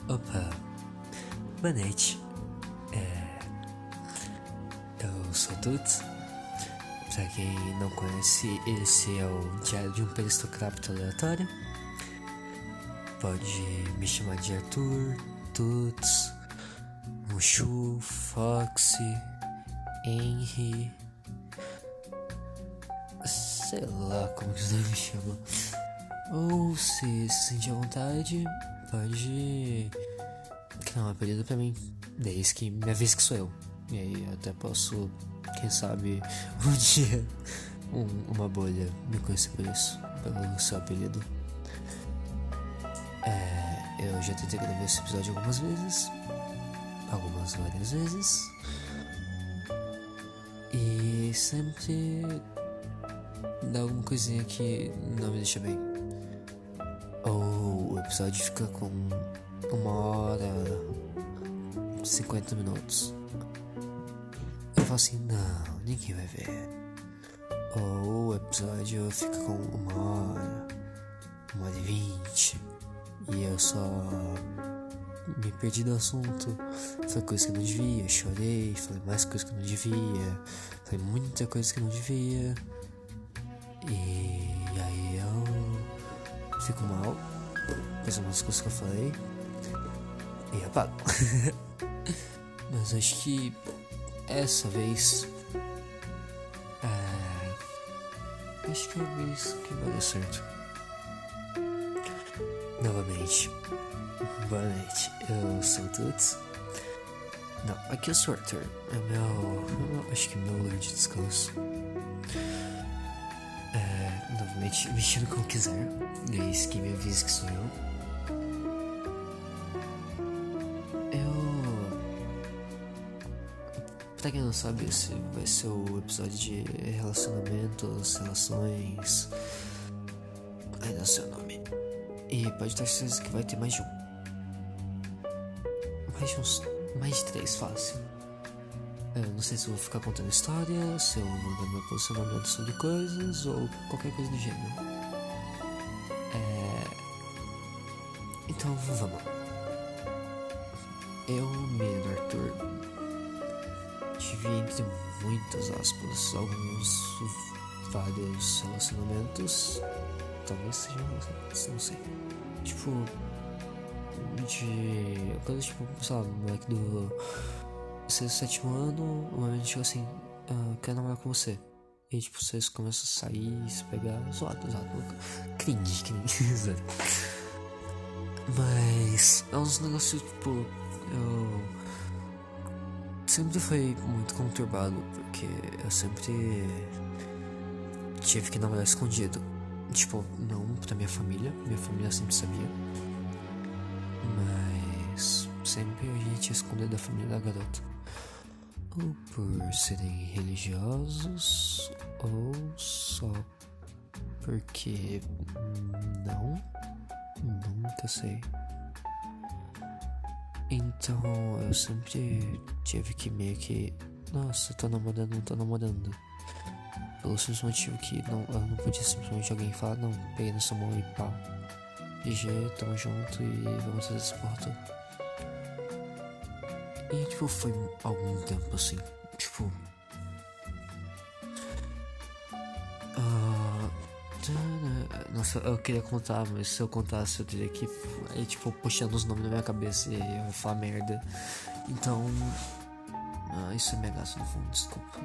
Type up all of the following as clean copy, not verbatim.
Opa, boa noite. Eu sou Tuts. Pra quem não conhece, esse é o Diário de um Peristocrata Aleatório. Pode me chamar de Arthur, Tuts, Mushu, Foxy, Henry. Sei lá como que você me chama. Ou se sentir à vontade, pode criar um apelido pra mim, desde que me avise que sou eu. E aí eu até posso, quem sabe, um dia uma bolha me conhecer por isso, pelo seu apelido. Eu já tentei gravar esse episódio algumas vezes, várias vezes, e sempre dá alguma coisinha que não me deixa bem. Ou o episódio fica com 1h 50 minutos. Eu falo assim, não, ninguém vai ver. Ou o episódio fica com 1h, 1h20 e eu só me perdi do assunto. Falei coisa que não devia, chorei, falei mais coisa que não devia, falei muita coisa que não devia. E aí eu fico mal, penso umas coisas que eu falei e apago. Mas acho que essa vez acho que é a vez que vai dar certo. Novamente, boa noite, eu sou o Tuts. Não, aqui eu sou o Arthur. Acho que é meu lugar de descanso. Novamente, mexendo como quiser, desde que me avise que sou eu. Pra quem não sabe, esse vai ser o episódio de relacionamentos, relações. Ai, não sei o nome. E pode ter certeza que vai ter mais de um. Mais de 3, fácil. Eu não sei se eu vou ficar contando história, se eu vou dar meu posicionamento sobre coisas ou qualquer coisa do gênero. Então vamos. Eu, menino Arthur, tive entre muitas aspas vários relacionamentos. Talvez sejam relacionamentos, não sei. Tipo, de coisa tipo, sei lá, moleque do 6º, 7º ano, uma vez chegou assim, quero namorar com você. E tipo, vocês começam a sair, se pegar, zoado, cringe. Mas é uns negócios, tipo, eu sempre foi muito conturbado, porque eu sempre tive que namorar escondido. Tipo, não pra minha família sempre sabia, mas sempre a gente escondeu da família da garota. Ou por serem religiosos, ou só porque nunca sei. Então eu sempre tive que meio que, nossa, tô namorando, não tô namorando. Pelo simples motivo que ela não podia simplesmente alguém falar, não, peguei na sua mão e pau. GG, tamo junto e vamos fazer essa porra toda. E tipo, foi algum tempo assim, tipo. Nossa, eu queria contar, mas se eu contasse eu teria que ir tipo puxando os nomes na minha cabeça e eu vou falar merda. Então, isso é minha gasto no fundo, desculpa.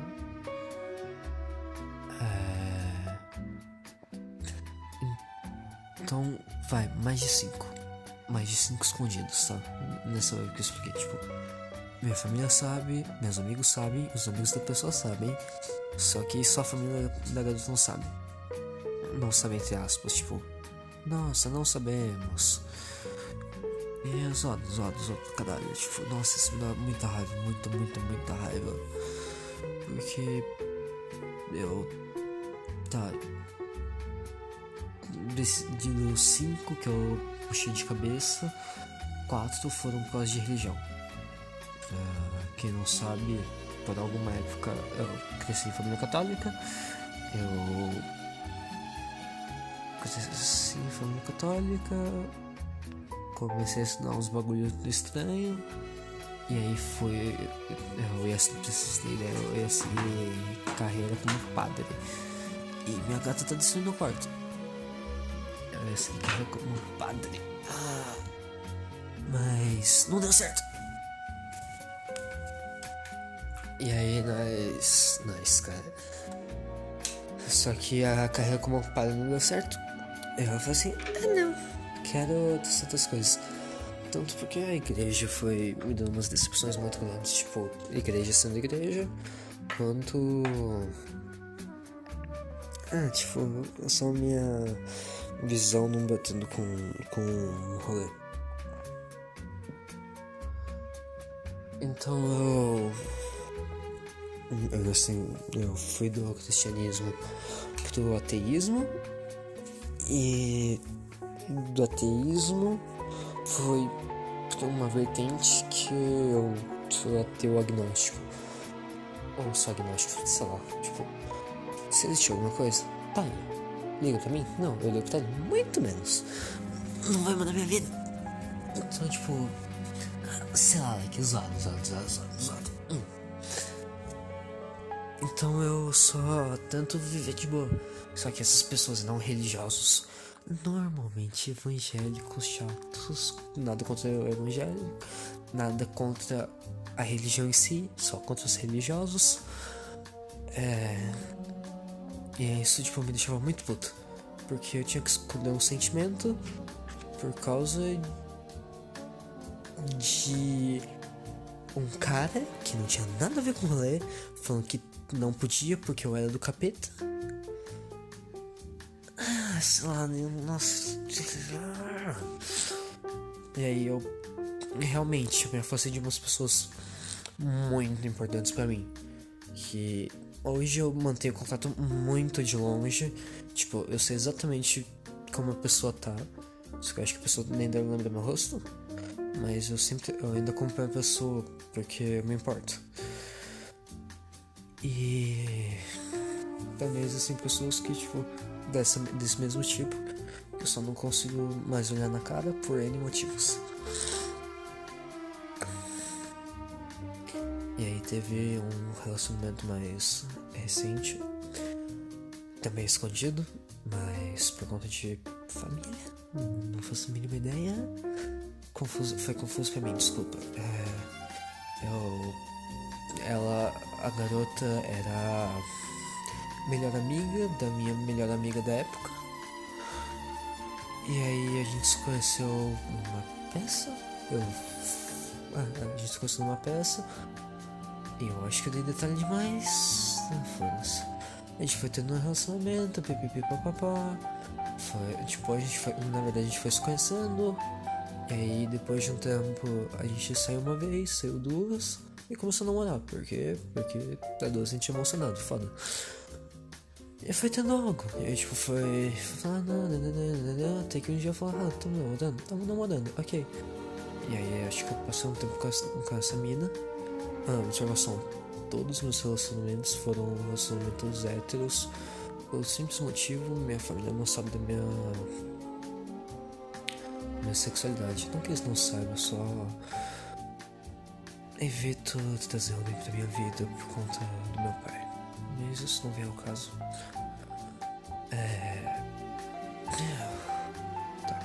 Então, vai, mais de 5 escondidos, tá? Nessa hora que eu expliquei, tipo, minha família sabe, meus amigos sabem, os amigos da pessoa sabem, só que só a família da garota não sabe. Não sabe, entre aspas, tipo, nossa, não sabemos. E é zoado, caralho, tipo, nossa, isso me dá muita raiva, muita raiva. Porque dos 5 que eu puxei de cabeça, 4 foram por causa de religião. Quem não sabe, por alguma época eu cresci em família católica. comecei a estudar uns bagulhos estranhos. E aí eu ia seguir carreira como padre. E minha gata tá destruindo o quarto. Eu ia seguir carreira como padre. Mas não deu certo. E aí nós, cara. Só que a carreira como padre não deu certo. Eu falei assim, não, quero testar outras coisas. Tanto porque a igreja foi me dando umas decepções muito grandes. Tipo, igreja sendo igreja, quanto... tipo, só a minha visão não batendo com o rolê. Então eu fui do cristianismo pro ateísmo. E do ateísmo foi pra uma vertente que eu sou ateu agnóstico. Ou sou agnóstico, sei lá. Tipo, se existe alguma coisa, tá aí. Liga pra mim? Não, eu ligo pra ele muito menos. Não vai mudar minha vida. Então, tipo, sei lá, que zoado. Então eu só tento viver de boa. Só que essas pessoas não religiosos, normalmente evangélicos chatos, nada contra o evangelho, nada contra a religião em si, só contra os religiosos. E isso tipo me deixava muito puto, porque eu tinha que esconder um sentimento por causa de um cara que não tinha nada a ver com o rolê, falando que não podia porque eu era do capeta. Sei lá, nossa. E aí eu realmente me afastei de umas pessoas muito importantes pra mim, que hoje eu mantenho contato muito de longe. Tipo, eu sei exatamente como a pessoa tá, só que eu acho que a pessoa nem deve lembrar meu rosto, mas eu ainda acompanho a pessoa porque eu me importo. E também existem pessoas que, tipo, desse mesmo tipo, eu só não consigo mais olhar na cara por N motivos. E aí teve um relacionamento mais recente, também escondido, mas por conta de família, não faço a mínima ideia. Foi confuso pra mim, desculpa. A garota era melhor amiga da minha melhor amiga da época. E aí a gente se conheceu numa peça. A gente se conheceu numa peça. E eu acho que eu dei detalhe demais. Foda-se. A gente foi tendo um relacionamento, pipipipapapá. Tipo, na verdade a gente foi se conhecendo. E aí depois de um tempo a gente saiu uma vez, saiu duas. E começou a namorar, porque adolescente emocionado, foda. E foi tendo algo. E aí tipo foi falando, até que um dia eu falei, tamo namorando, ok. E aí acho que eu passei um tempo com essa mina. Observação, todos os meus relacionamentos foram relacionamentos héteros. Pelo simples motivo, minha família não sabe da minha sexualidade. Não que eles não saibam, só evito trazer alguém pra minha vida por conta do meu pai. Mas isso não vem ao caso. Tá.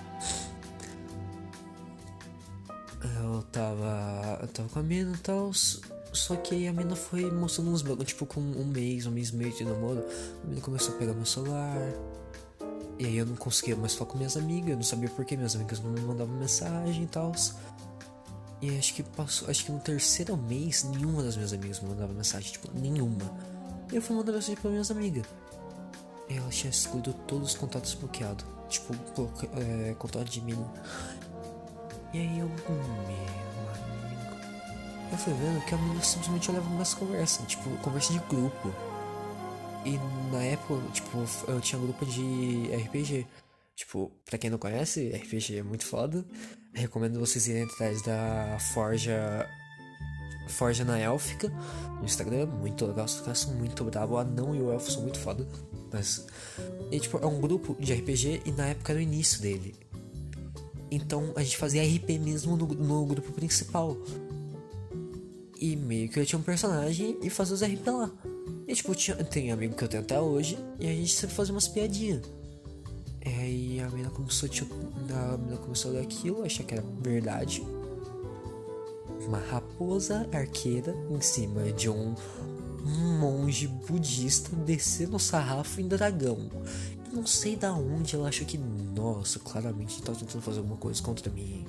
Eu tava com a mina e tal. Só que aí a mina foi mostrando uns bagulho, tipo, com um mês e meio de namoro. A mina começou a pegar meu celular. E aí eu não conseguia mais falar com minhas amigas. Eu não sabia por que minhas amigas não me mandavam mensagem e tal. E acho que no terceiro mês nenhuma das minhas amigas me mandava mensagem, tipo, nenhuma. E eu fui mandar mensagem pra minhas amigas. E ela tinha excluído todos os contatos bloqueados. Tipo, contato de mina. E aí eu, meu amigo, eu fui vendo que a menina simplesmente olhava mais conversa, tipo, conversa de grupo. E na época, tipo, eu tinha grupo de RPG. Tipo, pra quem não conhece, RPG é muito foda. Recomendo vocês irem atrás da Forja na Élfica no Instagram, muito legal, os caras são muito bravos, o anão e o elfo são muito foda. E tipo, é um grupo de RPG e na época era o início dele. Então a gente fazia RP mesmo no grupo principal. E meio que eu tinha um personagem e fazia os RP lá. E tipo, tem amigo que eu tenho até hoje, e a gente sempre fazia umas piadinhas. E aí a menina começou a ler aquilo, achar que era verdade. Uma raposa arqueira em cima de um monge budista descendo o sarrafo em dragão. Eu não sei da onde ela achou que, nossa, claramente tá tentando fazer alguma coisa contra mim.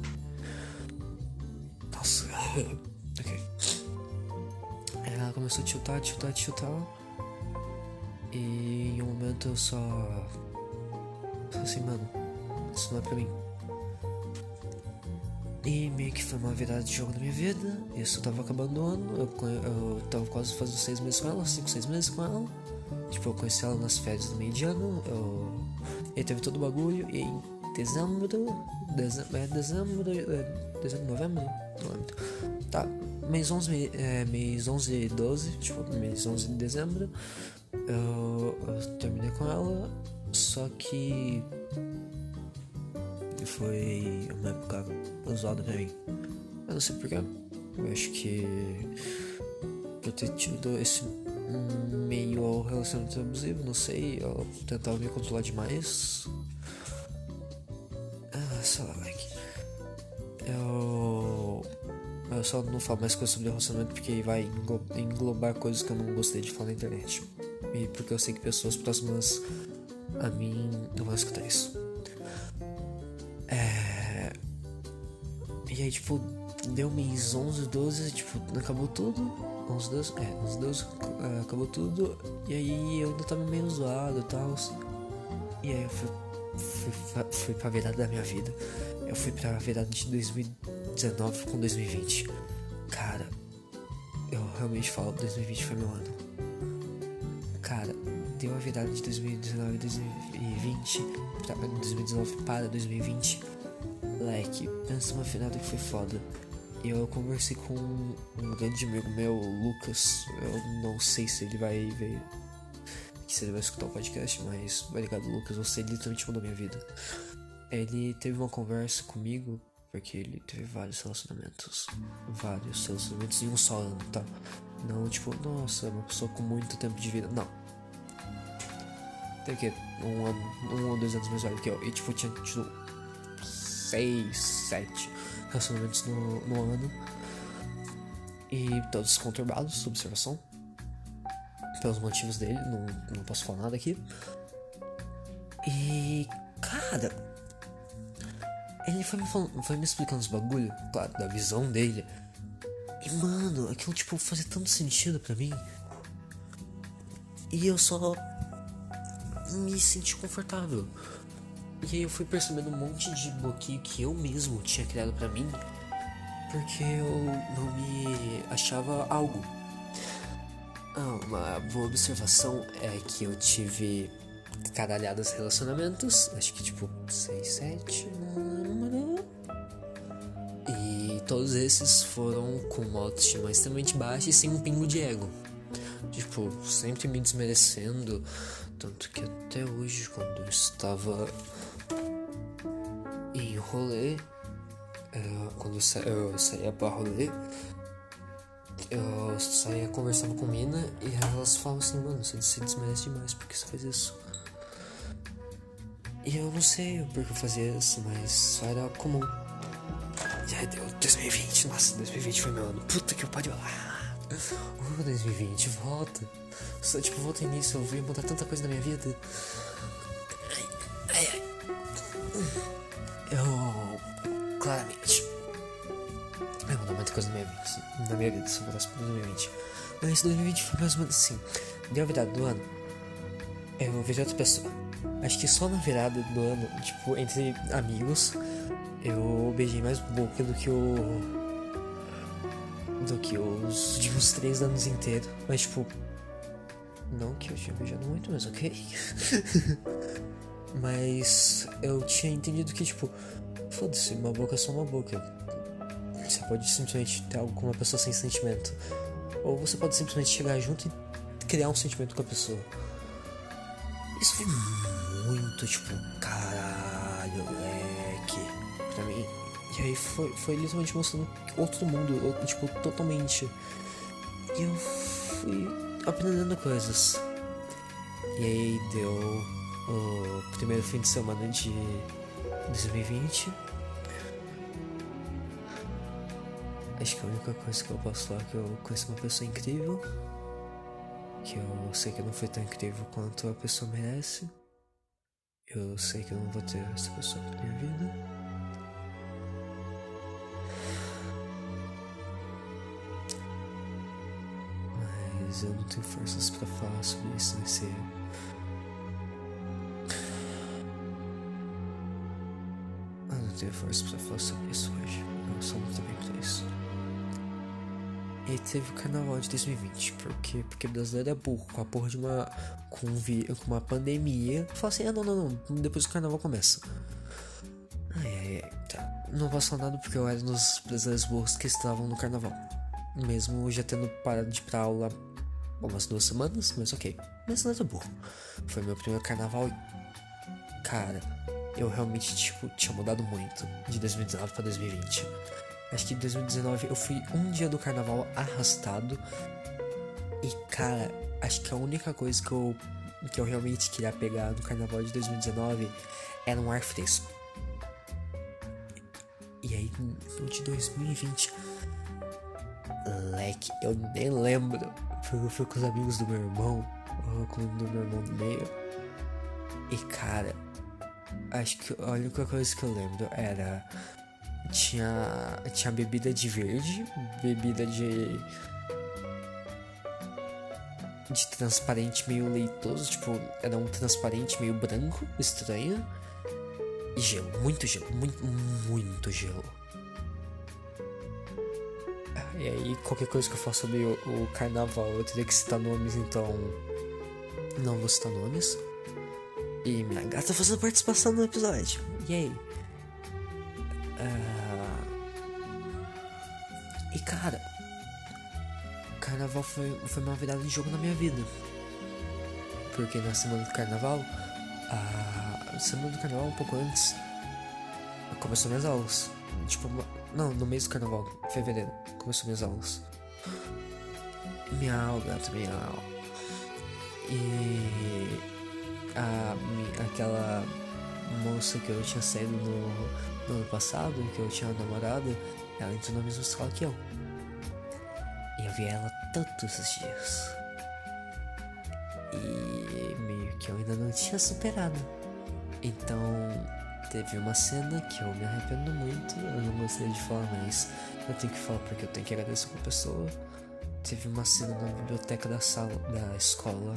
Nossa. Ok. Ela começou a tiltar. E em um momento eu só assim, mano, isso não é pra mim. E meio que foi uma virada de jogo na minha vida. Isso tava acabando o ano. Eu tava quase fazendo 6 meses com ela, 5, 6 meses com ela. Tipo, eu conheci ela nas férias do meio de ano. E teve todo o bagulho. E em novembro? Não lembro. Tá, mês 11 e 12, tipo, mês 11 de dezembro. Eu terminei com ela. Só que foi uma época usada pra mim. Eu não sei porquê. Eu acho que por ter tido esse meio ao relacionamento abusivo, não sei. Eu tentava me controlar demais. Sei lá, like. Eu só não falo mais coisas sobre relacionamento porque vai englobar coisas que eu não gostei de falar na internet. E porque eu sei que pessoas próximas a mim não vão escutar isso. E aí, tipo, deu mês 11, 12, tipo, acabou tudo. 11, 12, acabou tudo. E aí eu ainda tava meio zoado e tal. E aí eu fui pra virada da minha vida. Eu fui pra virada de 2019 com 2020. Cara, eu realmente falo, 2020 foi meu ano. Cara, deu a virada de 2019 e 2020 pra 2019 para 2020. Moleque, pensa uma virada que foi foda. E eu conversei com um grande amigo meu, Lucas. Eu não sei se ele vai ver, se ele vai escutar o podcast, mas obrigado, Lucas, você literalmente mudou minha vida. Ele teve uma conversa comigo porque ele teve vários relacionamentos em um só ano, tá? Não, tipo, nossa, uma pessoa com muito tempo de vida, não. Tem que um ou 2 anos mais velho que eu. E tipo, tinha tido 6, 7 relacionamentos no ano. E todos conturbados, observação. Pelos motivos dele, não posso falar nada aqui. E, cara, ele foi me explicando os bagulho, claro, da visão dele. E, mano, aquilo, tipo, fazia tanto sentido pra mim. E eu só me senti confortável. E aí eu fui percebendo um monte de bloqueio que eu mesmo tinha criado pra mim, porque eu não me achava algo. Uma boa observação é que eu tive caralhadas relacionamentos, acho que tipo 6, 7, e todos esses foram com uma autoestima extremamente baixa e sem um pingo de ego. Tipo, sempre me desmerecendo. Tanto que até hoje, quando eu estava em rolê, quando eu saía pra rolê, eu saía conversando com mina e elas falavam assim, mano, você se desmerece demais, por que você faz isso? E eu não sei por que eu fazia isso, mas só era comum. E aí deu 2020, nossa, 2020 foi meu ano, puta que eu pariu. 2020, volta. Só tipo, volta início, eu vi mudar tanta coisa na minha vida. Eu claramente eu mudar muita coisa na minha vida se eu voltasse pra 2020. Mas 2020 foi mais ou menos assim. Deu a virada do ano, eu vejo outra pessoa. Acho que só na virada do ano, tipo, entre amigos, eu beijei mais boca do que os últimos 3 anos inteiros. Mas tipo, não que eu tinha beijado muito, mas ok. Mas eu tinha entendido que tipo, foda-se, uma boca é só uma boca. Você pode simplesmente ter algo com uma pessoa sem sentimento, ou você pode simplesmente chegar junto e criar um sentimento com a pessoa. Isso foi muito tipo, caralho, moleque, pra mim. E aí foi literalmente mostrando outro mundo, tipo, totalmente. E eu fui aprendendo coisas. E aí deu o primeiro fim de semana de 2020. Acho que a única coisa que eu posso falar é que eu conheci uma pessoa incrível. Que eu sei que não foi tão incrível quanto a pessoa merece. Eu sei que eu não vou ter essa pessoa na minha vida. Mas eu não tenho forças pra falar sobre isso nesse... Eu não tenho forças pra falar sobre isso hoje. Eu só não tô bem pra isso. E teve o carnaval de 2020, porque o brasileiro é burro, com a porra de uma... com uma pandemia. Fala assim, não, depois o carnaval começa. Ai, tá. Não posso falar nada porque eu era dos brasileiros burros que estavam no carnaval. Mesmo já tendo parado de ir pra aula umas 2 semanas, mas ok. Mas não é burro. Foi meu primeiro carnaval e... cara, eu realmente, tipo, tinha mudado muito de 2019 pra 2020. Acho que em 2019 eu fui um dia do carnaval arrastado. E cara, acho que a única coisa que eu realmente queria pegar no carnaval de 2019 era um ar fresco. E aí no de 2020, leque, eu nem lembro, porque eu fui com os amigos do meu irmão, com o do meu irmão do meio. E cara, acho que a única coisa que eu lembro era... Tinha bebida de verde, bebida de transparente meio leitoso, tipo, era um transparente meio branco, estranho. E gelo, muito gelo, muito gelo. E aí, qualquer coisa que eu faça sobre o carnaval, eu teria que citar nomes, então não vou citar nomes. E minha gata fazendo participação no episódio. E aí? E cara, o carnaval foi uma virada de jogo na minha vida. Porque na semana do carnaval, um pouco antes, começou minhas aulas. Tipo, não, no mês do carnaval, fevereiro, começou minhas aulas. Minha aula, gata, minha aula. E aquela moça que eu tinha saído no ano passado, que eu tinha namorado, ela entrou na mesma escola que eu. E eu vi ela todos os dias. E meio que eu ainda não tinha superado. Então teve uma cena que eu me arrependo muito. Eu não gostaria de falar, mas eu tenho que falar porque eu tenho que agradecer com a pessoa. Teve uma cena na biblioteca da escola.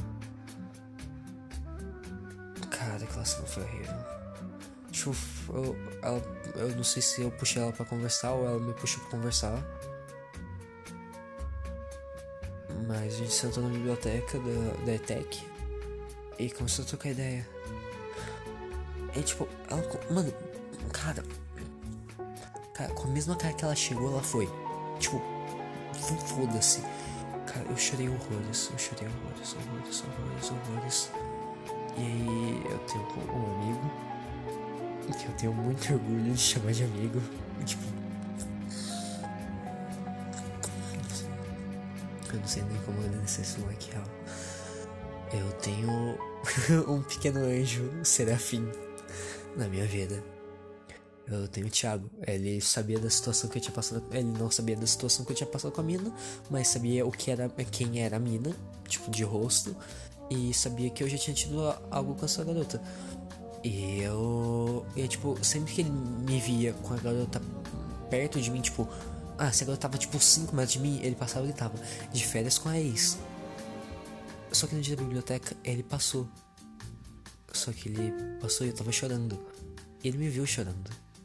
Cara, aquela cena foi horrível. Tipo, eu não sei se eu puxei ela pra conversar ou ela me puxou pra conversar. Mas a gente sentou na biblioteca da ETEC e começou a trocar ideia. E tipo, ela... Mano, cara, com a mesma cara que ela chegou, ela foi. Tipo, foda-se. Cara, eu chorei horrores. E aí eu tenho um amigo que eu tenho muito orgulho de chamar de amigo. Tipo, eu não sei nem como agradecer esse moleque real. Eu tenho um pequeno anjo serafim na minha vida. Eu tenho o Thiago. Ele sabia da situação que eu tinha passado. Ele não sabia da situação que eu tinha passado com a mina, mas sabia quem era a mina, tipo, de rosto. E sabia que eu já tinha tido algo com essa garota. E tipo, sempre que ele me via com a garota perto de mim, tipo, se a garota tava tipo 5 metros de mim, ele passava e ele tava de férias com a ex. Só que no dia da biblioteca, ele passou. Só que ele passou e eu tava chorando. E ele me viu chorando.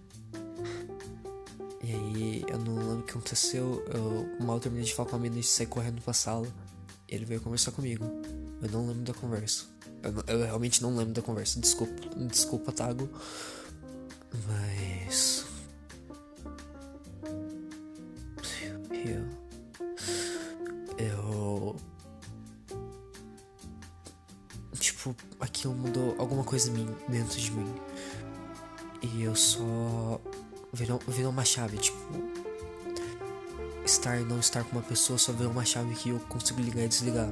E aí, eu não lembro o que aconteceu. Eu mal terminei de falar com a menina e saí correndo pra sala. E ele veio conversar comigo. Eu não lembro da conversa. Eu realmente não lembro da conversa. Desculpa, Tago. Mas... Eu... Tipo, aquilo mudou alguma coisa dentro de mim. E eu só virou uma chave, tipo, estar e não estar com uma pessoa só virou uma chave que eu consigo ligar e desligar.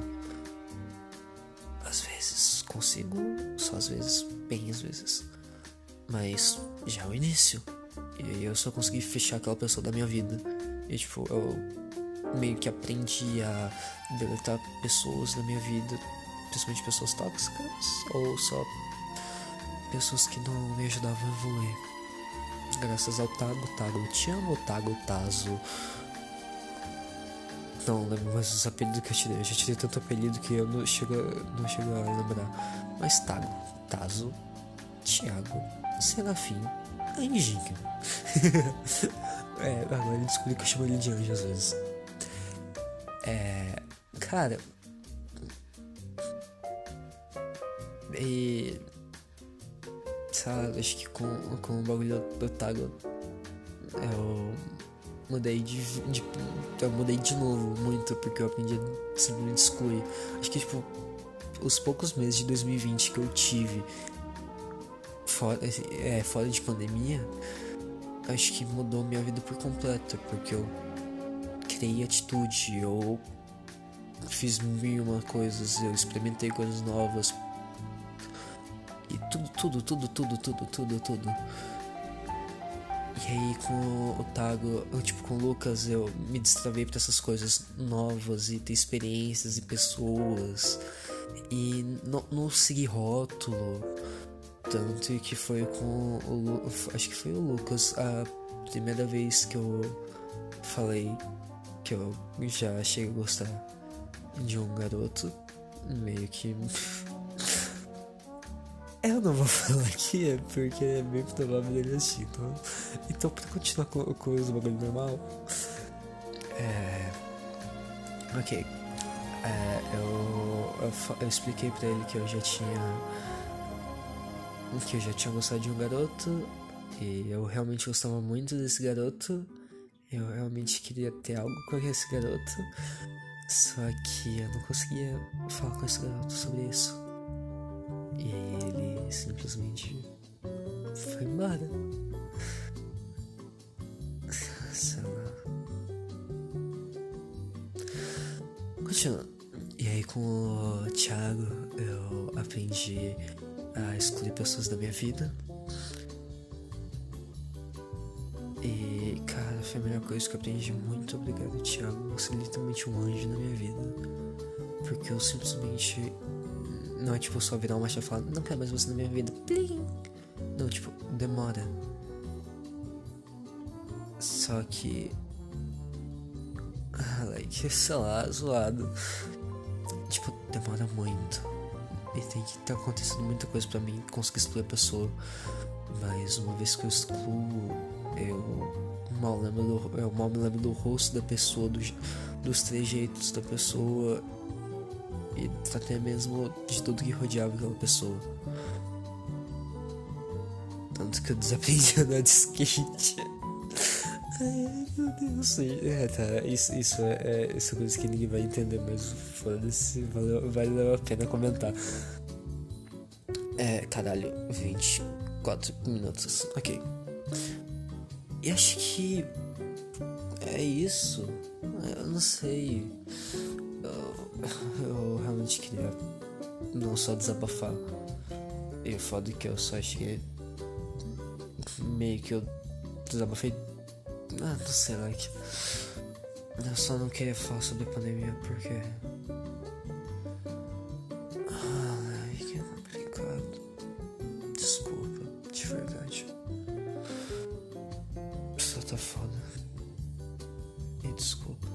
Às vezes consigo, só às vezes, bem às vezes. Mas já é o início. E eu só consegui fechar aquela pessoa da minha vida. E tipo, eu meio que aprendi a deletar pessoas da minha vida, principalmente pessoas tóxicas, ou só pessoas que não me ajudavam a evoluir. Graças ao Tago, eu te amo, Tazo. Não lembro mais os apelidos que eu tirei. Eu já tirei tanto apelido que eu não chego a lembrar. Mas Tazo, Thiago, Serafim, Anjinho. Agora eu descobri que eu chamo ele de anjo às vezes. Cara. E. Sabe, acho que com o bagulho do Tago eu mudei eu mudei de novo muito, porque eu aprendi a simplesmente excluir. Acho que tipo, os poucos meses de 2020 que eu tive fora de pandemia, acho que mudou minha vida por completo, porque eu criei atitude, eu fiz mil e uma coisas, eu experimentei coisas novas. E tudo. E aí com o Tago, com o Lucas, eu me destravei pra essas coisas novas e ter experiências e pessoas. E não segui rótulo. Tanto que foi com acho que foi o Lucas a primeira vez que eu falei que eu já cheguei a gostar de um garoto. Meio que... Eu não vou falar aqui, porque é bem provável dele assistir, então pra continuar com os bagulho normal. Ok. Eu expliquei pra ele que eu já tinha gostado de um garoto. E eu realmente gostava muito desse garoto. Eu realmente queria ter algo com esse garoto. Só que eu não conseguia falar com esse garoto sobre isso. E aí ele simplesmente foi embora. Sei lá. Continuando. E aí com o Thiago eu aprendi a excluir pessoas da minha vida. E cara, foi a melhor coisa que eu aprendi. Muito obrigado, Thiago. Você é literalmente um anjo na minha vida. Porque eu simplesmente... Não é tipo só virar uma chave e falar, não quero mais você na minha vida. Plim. Não, tipo, demora. Só que... sei lá, zoado. Tipo, demora muito. E tem que estar acontecendo muita coisa pra mim conseguir excluir a pessoa. Mas uma vez que eu excluo, eu mal me lembro do rosto da pessoa, dos trejeitos da pessoa. E até mesmo de tudo que rodeava aquela pessoa. Tanto que eu desaprendi a andar de skate. Ai, meu Deus. Isso é coisa que ninguém vai entender, mas foda-se, valeu a pena comentar. Caralho, 24 minutos. Ok. E acho que é isso. Eu não sei. Eu realmente queria não só desabafar. E o foda é que eu só achei meio que eu desabafei. Não sei lá. Eu só não queria falar sobre a pandemia porque... que complicado. Desculpa, de verdade. Só tá foda. E desculpa.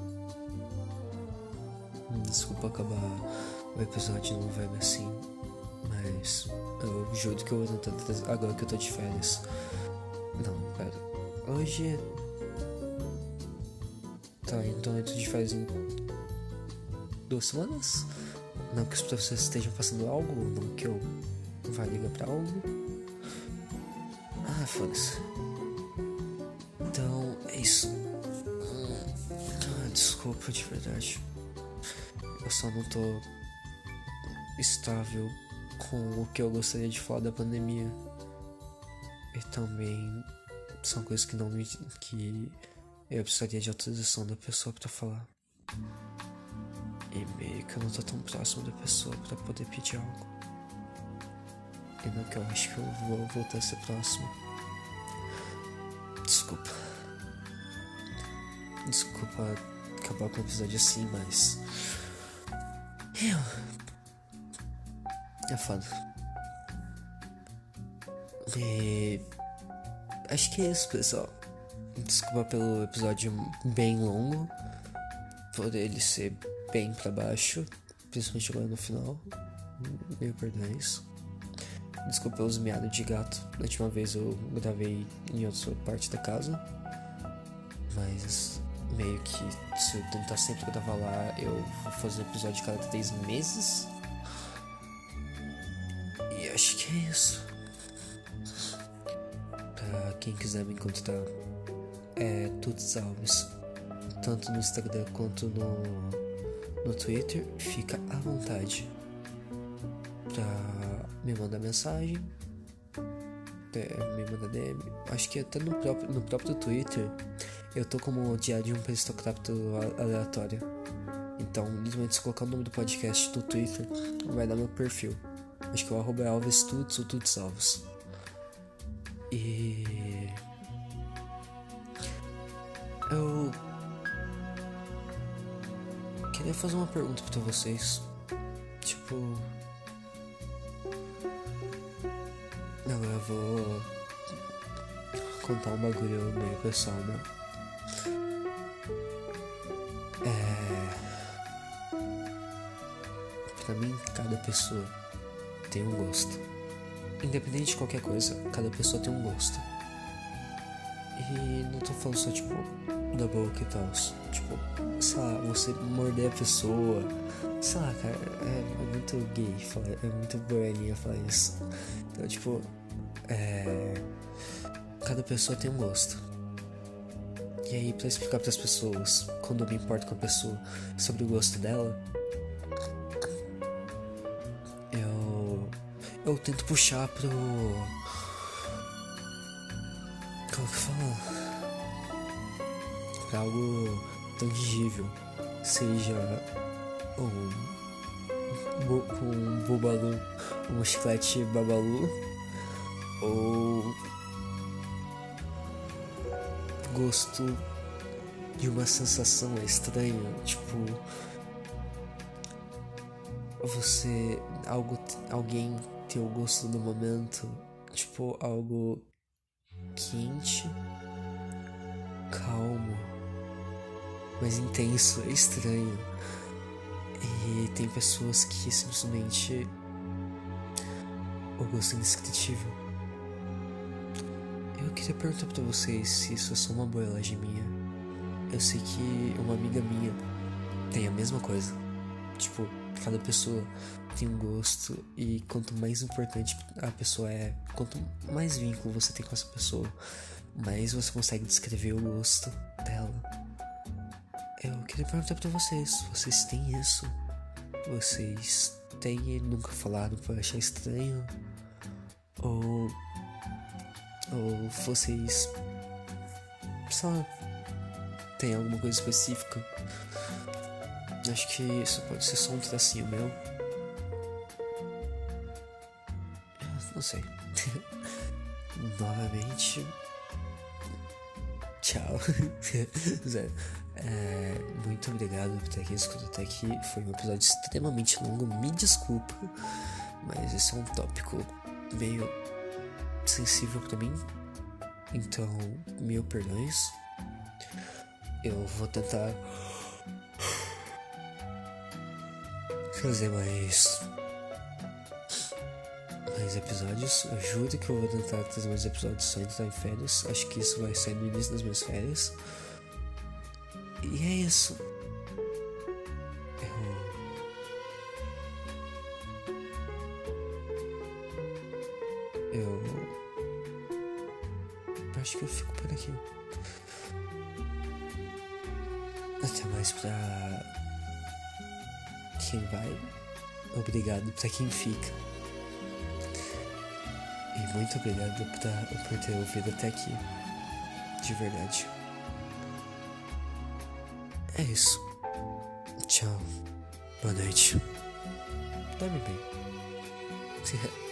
Desculpa acabar o episódio não vai assim. Mas eu juro que eu vou tentar agora que eu tô de férias. Não, pera. Hoje... Tá, então eu tô de férias em 2 semanas. Não que os professores estejam fazendo algo, não que eu vá ligar pra algo. Foda-se. Então, é isso. Desculpa, de verdade. Eu só não tô estável com o que eu gostaria de falar da pandemia. E também são coisas que não que eu precisaria de autorização da pessoa pra falar. E meio que eu não tô tão próximo da pessoa pra poder pedir algo. E não que eu acho que eu vou voltar a ser próximo. Desculpa acabar com o episódio assim, mas é foda. E acho que é isso, pessoal. Desculpa pelo episódio bem longo, por ele ser bem pra baixo, principalmente agora no final. Meio perdões. Desculpa pelos miados de gato. Da última vez eu gravei em outra parte da casa, mas meio que se eu tentar sempre gravar lá, eu vou fazer um episódio cada 3 meses. E acho que é isso. Pra quem quiser me encontrar, é Tuts Alves, tanto no Instagram quanto no Twitter. Fica à vontade pra me mandar mensagem, me mandar DM. Acho que até no próprio Twitter eu tô como Diário de um Aristocrata Aleatório. Então, literalmente, se colocar o nome do podcast no Twitter, vai dar meu perfil. Acho que o arroba é Alves Tuts ou Tuts Alves. E eu queria fazer uma pergunta pra vocês. Tipo, agora eu vou contar um bagulho meio pessoal, meu. Pra mim, cada pessoa tem um gosto. Independente de qualquer coisa, cada pessoa tem um gosto. E não tô falando só, tipo, da boca e tal. Tipo, sei lá, você morder a pessoa. Sei lá, cara, é muito gay falar, é muito boaninha falar isso. Então, tipo, cada pessoa tem um gosto. E aí, pra explicar pras pessoas, quando eu me importo com a pessoa sobre o gosto dela, eu tento puxar pro... Como que fala? Pra algo tangível. Seja um bubalu, um chiclete babalu, ou gosto de uma sensação estranha, tipo alguém ter o gosto do momento, tipo algo quente, calmo, mas intenso, estranho. E tem pessoas que simplesmente o gosto é indescritível. Eu queria perguntar pra vocês se isso é só uma boiagem minha. Eu sei que uma amiga minha tem a mesma coisa. Tipo, cada pessoa tem um gosto, e quanto mais importante a pessoa é, quanto mais vínculo você tem com essa pessoa, mais você consegue descrever o gosto dela. Eu queria perguntar pra vocês têm isso? Vocês têm e nunca falaram por achar estranho? Ou vocês, sei lá, tem alguma coisa específica? Acho que isso pode ser só um tracinho meu. Não sei. Novamente, tchau. Zero. Muito obrigado por ter aqui escutado até aqui. Foi um episódio extremamente longo, me desculpa, mas esse é um tópico meio sensível pra mim, então mil perdões. Eu vou tentar fazer mais episódios. Eu juro que eu vou tentar trazer mais episódios só entrar em férias. Acho que isso vai sair no início das minhas férias. E é isso. Eu acho que eu fico por aqui. Até mais pra quem vai. Obrigado pra quem fica. E muito obrigado por ter ouvido até aqui. De verdade. É isso. Tchau. Boa noite. Dorme bem.